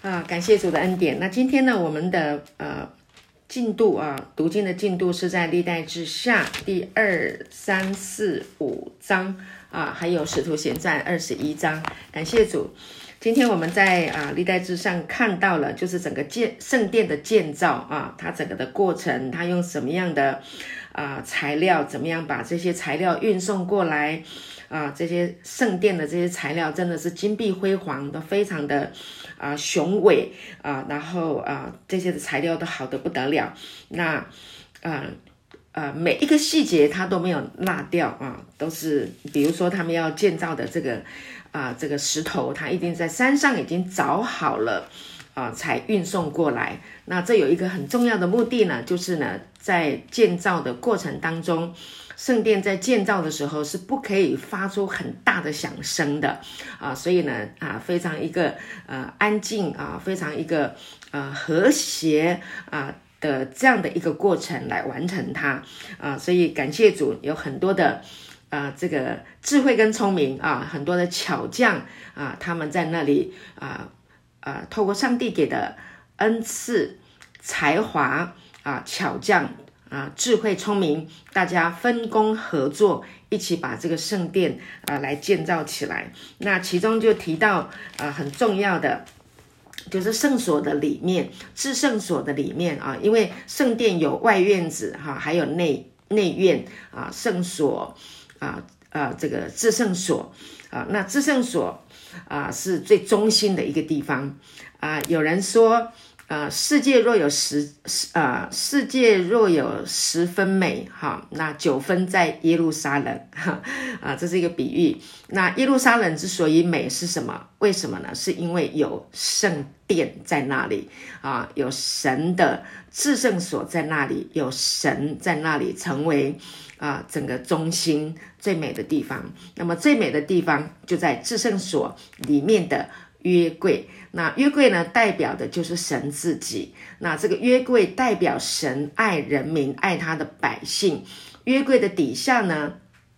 感谢主的恩典。那今天呢，我们的进度读经的进度是在历代志下第2、3、4、5章还有使徒行传21章。感谢主，今天我们在历代志上看到了，就是整个圣殿的建造它整个的过程，它用什么样的材料，怎么样把这些材料运送过来这些圣殿的这些材料真的是金碧辉煌的，非常的雄伟然后这些的材料都好得不得了。那每一个细节它都没有落掉都是比如说他们要建造的这个石头，它一定在山上已经凿好了才运送过来。那这有一个很重要的目的呢，就是呢在建造的过程当中，圣殿在建造的时候是不可以发出很大的响声的所以呢非常一个安静非常一个和谐的这样的一个过程来完成它所以感谢主，有很多的这个智慧跟聪明很多的巧匠他们在那里透过上帝给的恩赐、才华巧匠智慧聪明，大家分工合作，一起把这个圣殿来建造起来。那其中就提到很重要的就是圣所的里面，至圣所的里面因为圣殿有外院子还有内院圣所这个至圣所那至圣所是最中心的一个地方有人说世界若有10分美那9分在耶路撒冷这是一个比喻。那耶路撒冷之所以美是什么？为什么呢？是因为有圣殿在那里有神的至圣所在那里，有神在那里成为整个中心最美的地方。那么最美的地方就在至圣所里面的约柜。那约柜呢，代表的就是神自己。那这个约柜代表神爱人民，爱他的百姓。约柜的底下呢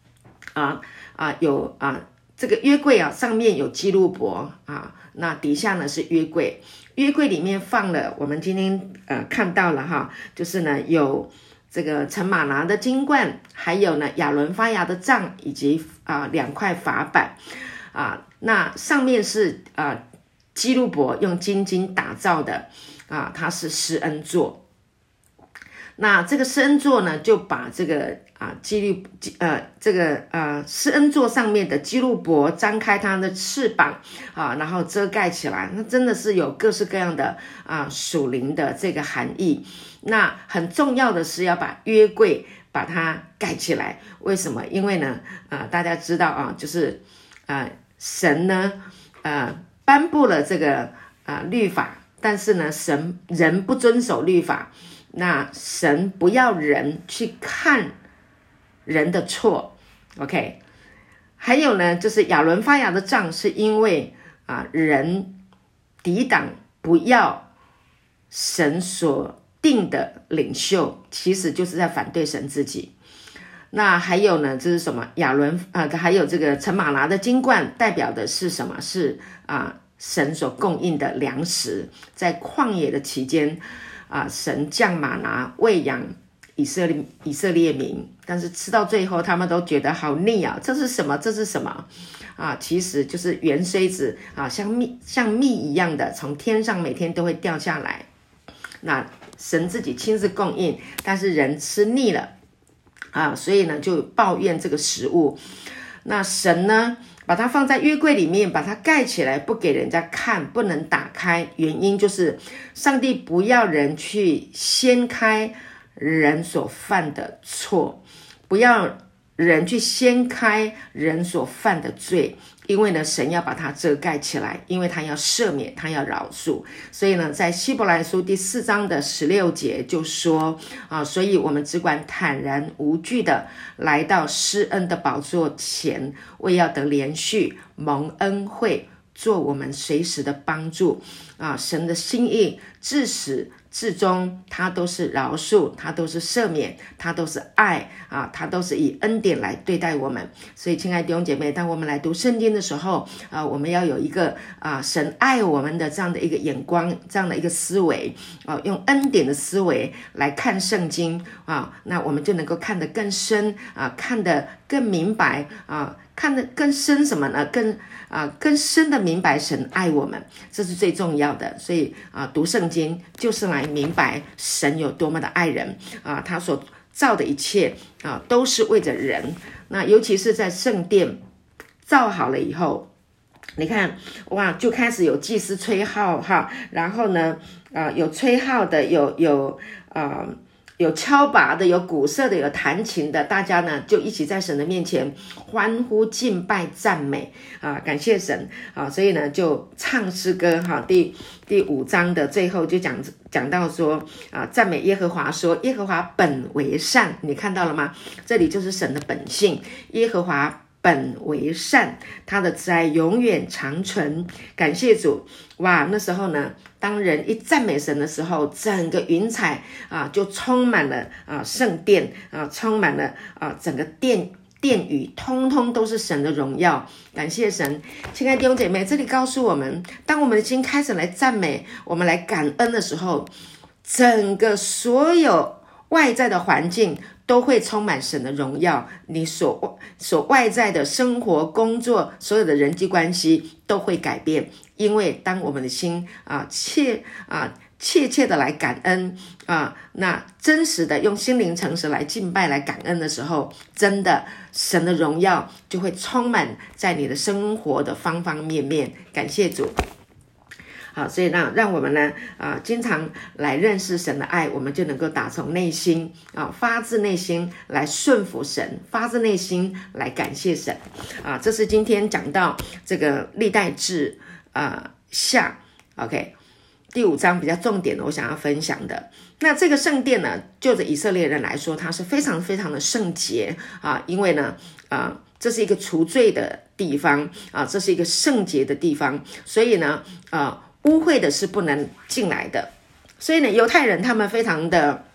有这个约柜上面有基路伯那底下呢是约柜。约柜里面放了我们今天看到了就是呢有这个陈玛拿的金冠，还有呢亚伦发芽的杖，以及2块法板那上面是基路伯用金金打造的它是施恩座。那这个施恩座呢，就把这个施恩座上面的基路伯张开它的翅膀然后遮盖起来。那真的是有各式各样的属灵的这个含义。那很重要的是要把约柜把它盖起来。为什么？因为呢大家知道就是神呢颁布了这个律法，但是呢人不遵守律法。那神不要人去看人的错 OK。 还有呢就是亚伦发芽的杖，是因为人抵挡不要神所定的领袖，其实就是在反对神自己。那还有呢，这是什么？亚伦还有这个陈玛拿的金冠，代表的是什么？是神所供应的粮食。在旷野的期间神降玛拿喂养以色列民，但是吃到最后他们都觉得好腻这是什么？这是什么其实就是圆锥子像蜜一样的从天上每天都会掉下来。那神自己亲自供应，但是人吃腻了所以呢就抱怨这个食物。那神呢把它放在约柜里面，把它盖起来，不给人家看，不能打开。原因就是上帝不要人去掀开人所犯的错，不要人去掀开人所犯的罪。因为呢神要把它遮盖起来，因为他要赦免，他要饶恕。所以呢在希伯来书第4章的16节就说所以我们只管坦然无惧的来到施恩的宝座前，为要得连续蒙恩惠， 做我们随时的帮助啊！神的心意自始至终，他都是饶恕，他都是赦免，他都是爱啊，他都是以恩典来对待我们。所以，亲爱的弟兄姐妹，当我们来读圣经的时候啊，我们要有一个神爱我们的这样的一个眼光，这样的一个思维啊，用恩典的思维来看圣经啊，那我们就能够看得更深啊，看得更明白啊。看得更深什么呢？更深的明白神爱我们，这是最重要的。所以读圣经就是来明白神有多么的爱人啊，他所造的一切都是为着人。那尤其是在圣殿造好了以后，你看哇，就开始有祭司吹号哈，然后呢有吹号的，有敲拔的，有鼓瑟的，有弹琴的，大家呢就一起在神的面前欢呼敬拜赞美啊，感谢神啊！所以呢就唱诗歌哈，第5章的最后就讲到说啊，赞美耶和华说，耶和华本为善，你看到了吗？这里就是神的本性，耶和华本为善，他的慈爱永远长存。感谢主！哇，那时候呢，当人一赞美神的时候，整个云彩就充满了圣殿充满了整个殿宇，通通都是神的荣耀。感谢神！亲爱的弟兄姐妹，这里告诉我们，当我们的心开始来赞美，我们来感恩的时候，整个所有外在的环境都会充满神的荣耀，你所外在的生活、工作，所有的人际关系都会改变。因为当我们的心切切的来感恩那真实的用心灵诚实来敬拜、来感恩的时候，真的神的荣耀就会充满在你的生活的方方面面。感谢主！好，所以让我们呢经常来认识神的爱，我们就能够打从内心发自内心来顺服神，发自内心来感谢神这是今天讲到这个历代志下 OK 第5章比较重点的我想要分享的。那这个圣殿呢，就着以色列人来说，它是非常非常的圣洁因为呢这是一个除罪的地方这是一个圣洁的地方，所以呢污秽的是不能进来的。所以呢，犹太人他们非常的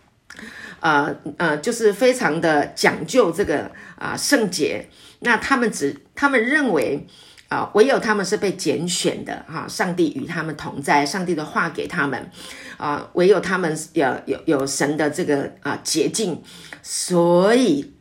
就是非常的讲究这个圣洁。那他们认为唯有他们是被拣选的上帝与他们同在，上帝的话给他们唯有他们有神的这个洁净。所以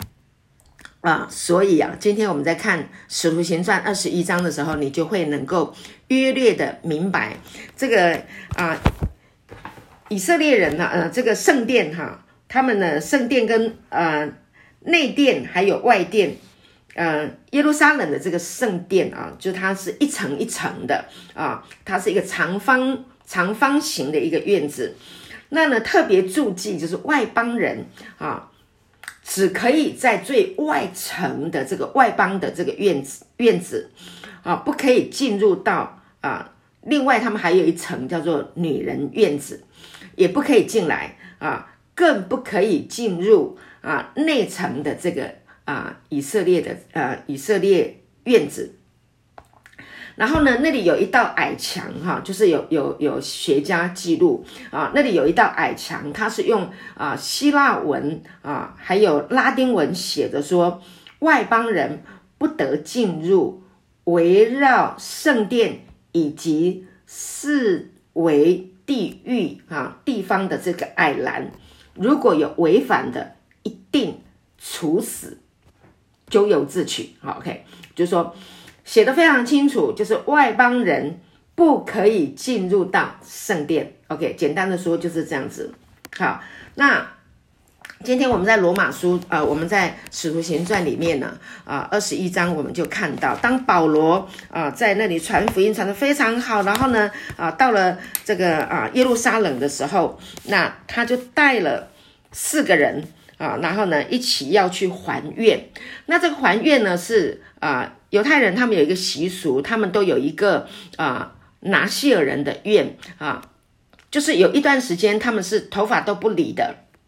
今天我们在看使徒行传21章的时候，你就会能够约略的明白这个以色列人呢这个圣殿他们呢圣殿跟内殿还有外殿耶路撒冷的这个圣殿就它是一层一层的它是一个长方形的一个院子。那呢特别注记就是外邦人只可以在最外层的这个外邦的这个院子不可以进入到另外他们还有一层叫做女人院子，也不可以进来更不可以进入内层的这个以色列院子。然后呢，那里有一道矮墙就是有学家记录那里有一道矮墙，它是用希腊文还有拉丁文写的说，外邦人不得进入围绕圣殿以及四围地方的这个矮栏，如果有违反的，一定处死，咎由自取。OK， 就是说写得非常清楚，就是外邦人不可以进入到圣殿。OK， 简单的说就是这样子。好，那今天我们在罗马书我们在使徒行传里面呢21章我们就看到，当保罗在那里传福音传得非常好，然后呢到了这个耶路撒冷的时候，那他就带了4个人然后呢一起要去还愿。那这个还愿呢是犹太人他们有一个习俗，他们都有一个拿细尔人的愿就是有一段时间他们是头发都不理的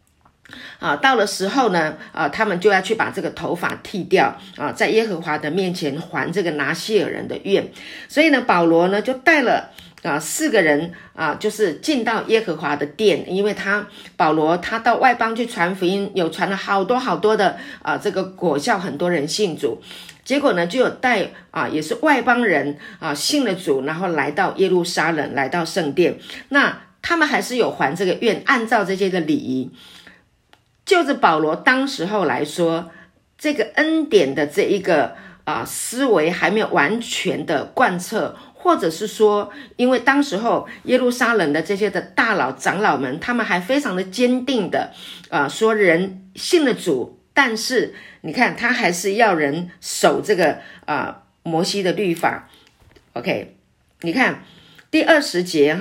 到了时候呢，他们就要去把这个头发剃掉在耶和华的面前还这个拿西尔人的愿。所以呢，保罗呢就带了4个人就是进到耶和华的殿，因为保罗他到外邦去传福音，有传了好多的这个果效，很多人信主。结果呢，就有带也是外邦人信了主，然后来到耶路撒冷，来到圣殿。那他们还是有还这个愿，按照这些的礼仪。就着保罗当时候来说，这个恩典的这一个思维还没有完全的贯彻，或者是说，因为当时候耶路撒冷的这些的大佬长老们，他们还非常的坚定的说人信了主，但是你看他还是要人守这个摩西的律法。 OK， 你看第20节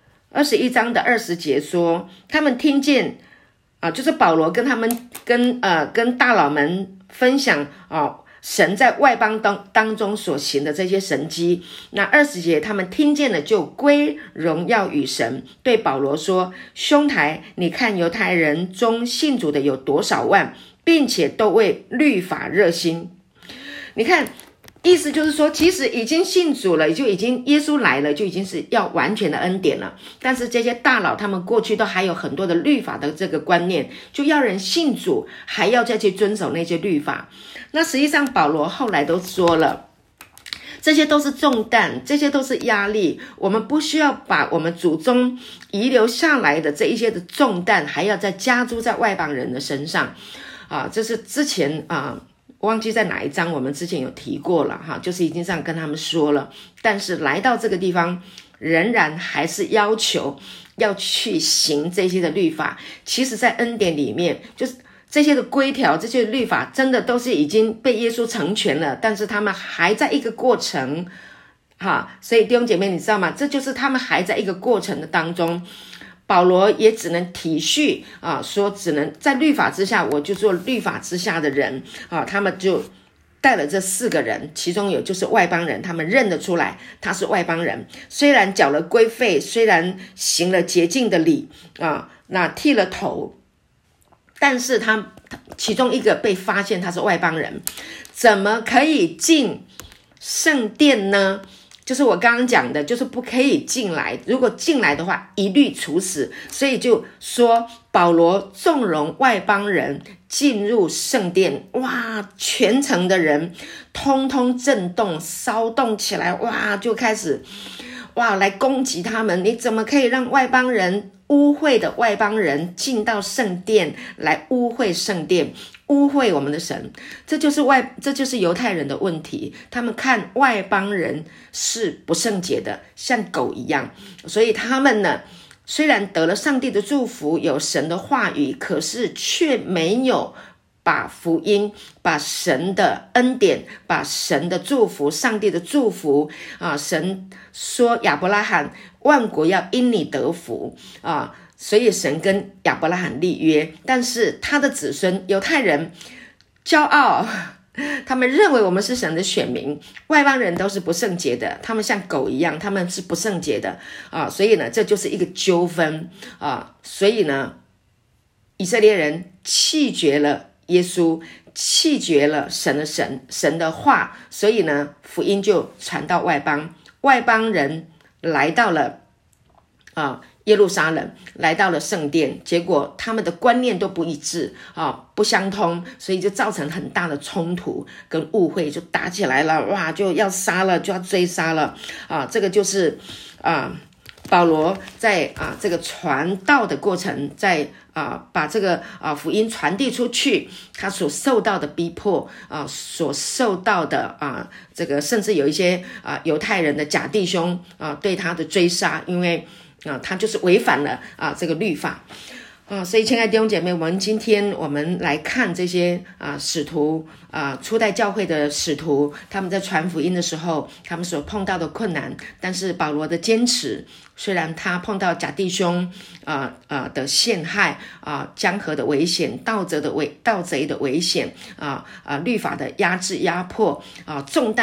21章的20节说，他们听见就是保罗跟他们跟大佬们分享神在外邦当中所行的这些神迹。那20节他们听见了，就归荣耀与神，对保罗说，兄台，你看犹太人中信主的有多少万，并且都为律法热心。你看意思就是说，其实已经信主了，就已经耶稣来了，就已经是要完全的恩典了。但是这些大佬他们过去都还有很多的律法的这个观念，就要人信主，还要再去遵守那些律法。那实际上保罗后来都说了，这些都是重担，这些都是压力，我们不需要把我们祖宗遗留下来的这一些的重担还要再加诸在外邦人的身上这是之前忘记在哪一章我们之前有提过了就是已经这样跟他们说了。但是来到这个地方，仍然还是要求要去行这些的律法。其实在恩典里面，就是这些的规条，这些律法真的都是已经被耶稣成全了，但是他们还在一个过程所以弟兄姐妹你知道吗？这就是他们还在一个过程的当中。保罗也只能体恤说只能在律法之下，我就做律法之下的人他们就带了这4个人，其中有就是外邦人，他们认得出来他是外邦人，虽然缴了规费，虽然行了洁净的礼那剃了头，但是他其中一个被发现他是外邦人，怎么可以进圣殿呢？就是我刚刚讲的，就是不可以进来，如果进来的话一律处死。所以就说保罗纵容外邦人进入圣殿，哇，全城的人通通震动骚动起来，哇，就开始来攻击他们。你怎么可以让外邦人，污秽的外邦人进到圣殿来污秽圣殿，污秽我们的神？这就是犹太人的问题，他们看外邦人是不圣洁的，像狗一样。所以他们呢，虽然得了上帝的祝福，有神的话语，可是却没有把福音，把神的恩典，把神的祝福，上帝的祝福神说亚伯拉罕万国要因你得福所以神跟亚伯拉罕立约，但是他的子孙犹太人骄傲，他们认为我们是神的选民，外邦人都是不圣洁的，他们像狗一样，他们是不圣洁的所以呢，这就是一个纠纷所以呢，以色列人弃绝了耶稣，弃绝了神的话，所以呢，福音就传到外邦，外邦人来到了耶路撒冷，来到了圣殿，结果他们的观念都不一致不相通，所以就造成很大的冲突跟误会，就打起来了，哇，就要杀了，就要追杀了这个就是保罗在这个传道的过程，在把这个福音传递出去，他所受到的逼迫所受到的这个甚至有一些犹太人的假弟兄对他的追杀，因为他就是违反了这个律法所以亲爱的弟兄姐妹，今天我们来看这些使徒初代教会的使徒，他们在传福音的时候，他们所碰到的困难。但是保罗的坚持，虽然他碰到假弟兄的陷害江河的危险，盗贼的危险律法的压制压迫重担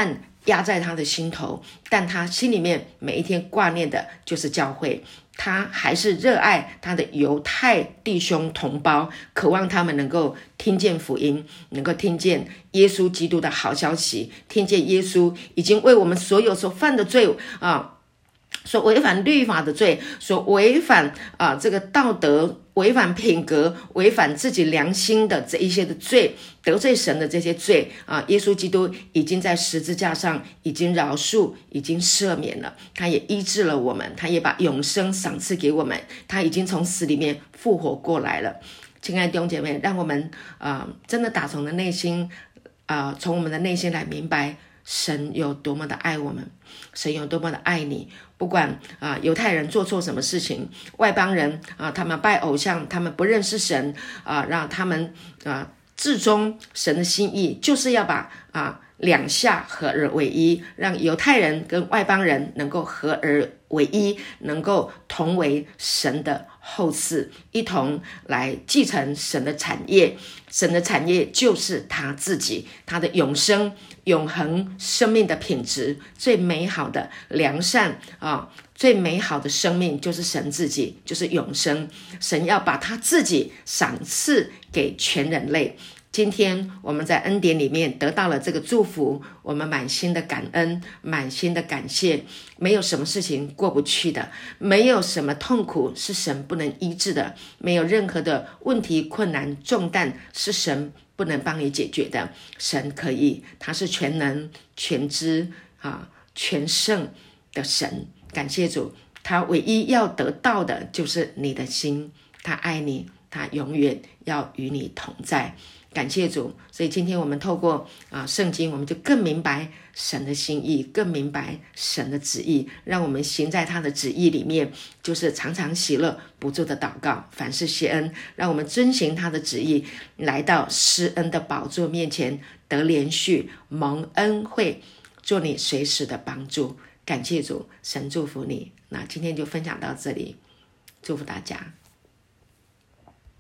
压在他的心头，但他心里面每一天挂念的就是教会，他还是热爱他的犹太弟兄同胞，渴望他们能够听见福音，能够听见耶稣基督的好消息，听见耶稣已经为我们所有所犯的罪所违反律法的罪，所违反这个道德，违反品格，违反自己良心的这一些的罪，得罪神的这些罪耶稣基督已经在十字架上已经饶恕，已经赦免了，他也医治了我们，他也把永生赏赐给我们，他已经从死里面复活过来了。亲爱的弟兄姐妹，让我们真的打从我们的内心从我们的内心来明白神有多么的爱我们，神有多么的爱你。不管犹太人做错什么事情，外邦人他们拜偶像，他们不认识神让他们至终神的心意就是要把两下合而为一，让犹太人跟外邦人能够合而为一，能够同为神的后嗣，一同来继承神的产业。神的产业就是他自己，他的永生永恒生命的品质，最美好的良善最美好的生命就是神自己，就是永生。神要把他自己赏赐给全人类。今天我们在恩典里面得到了这个祝福，我们满心的感恩，满心的感谢。没有什么事情过不去的，没有什么痛苦是神不能医治的，没有任何的问题、困难、重担是神不能帮你解决的。神可以，他是全能、全知全胜的神。感谢主，他唯一要得到的就是你的心，他爱你，他永远要与你同在。感谢主，所以今天我们透过圣经，我们就更明白神的心意，更明白神的旨意，让我们行在他的旨意里面，就是常常喜乐，不住的祷告，凡事谢恩，让我们遵行他的旨意，来到施恩的宝座面前，得连续蒙恩惠，做你随时的帮助。感谢主，神祝福你。那今天就分享到这里，祝福大家。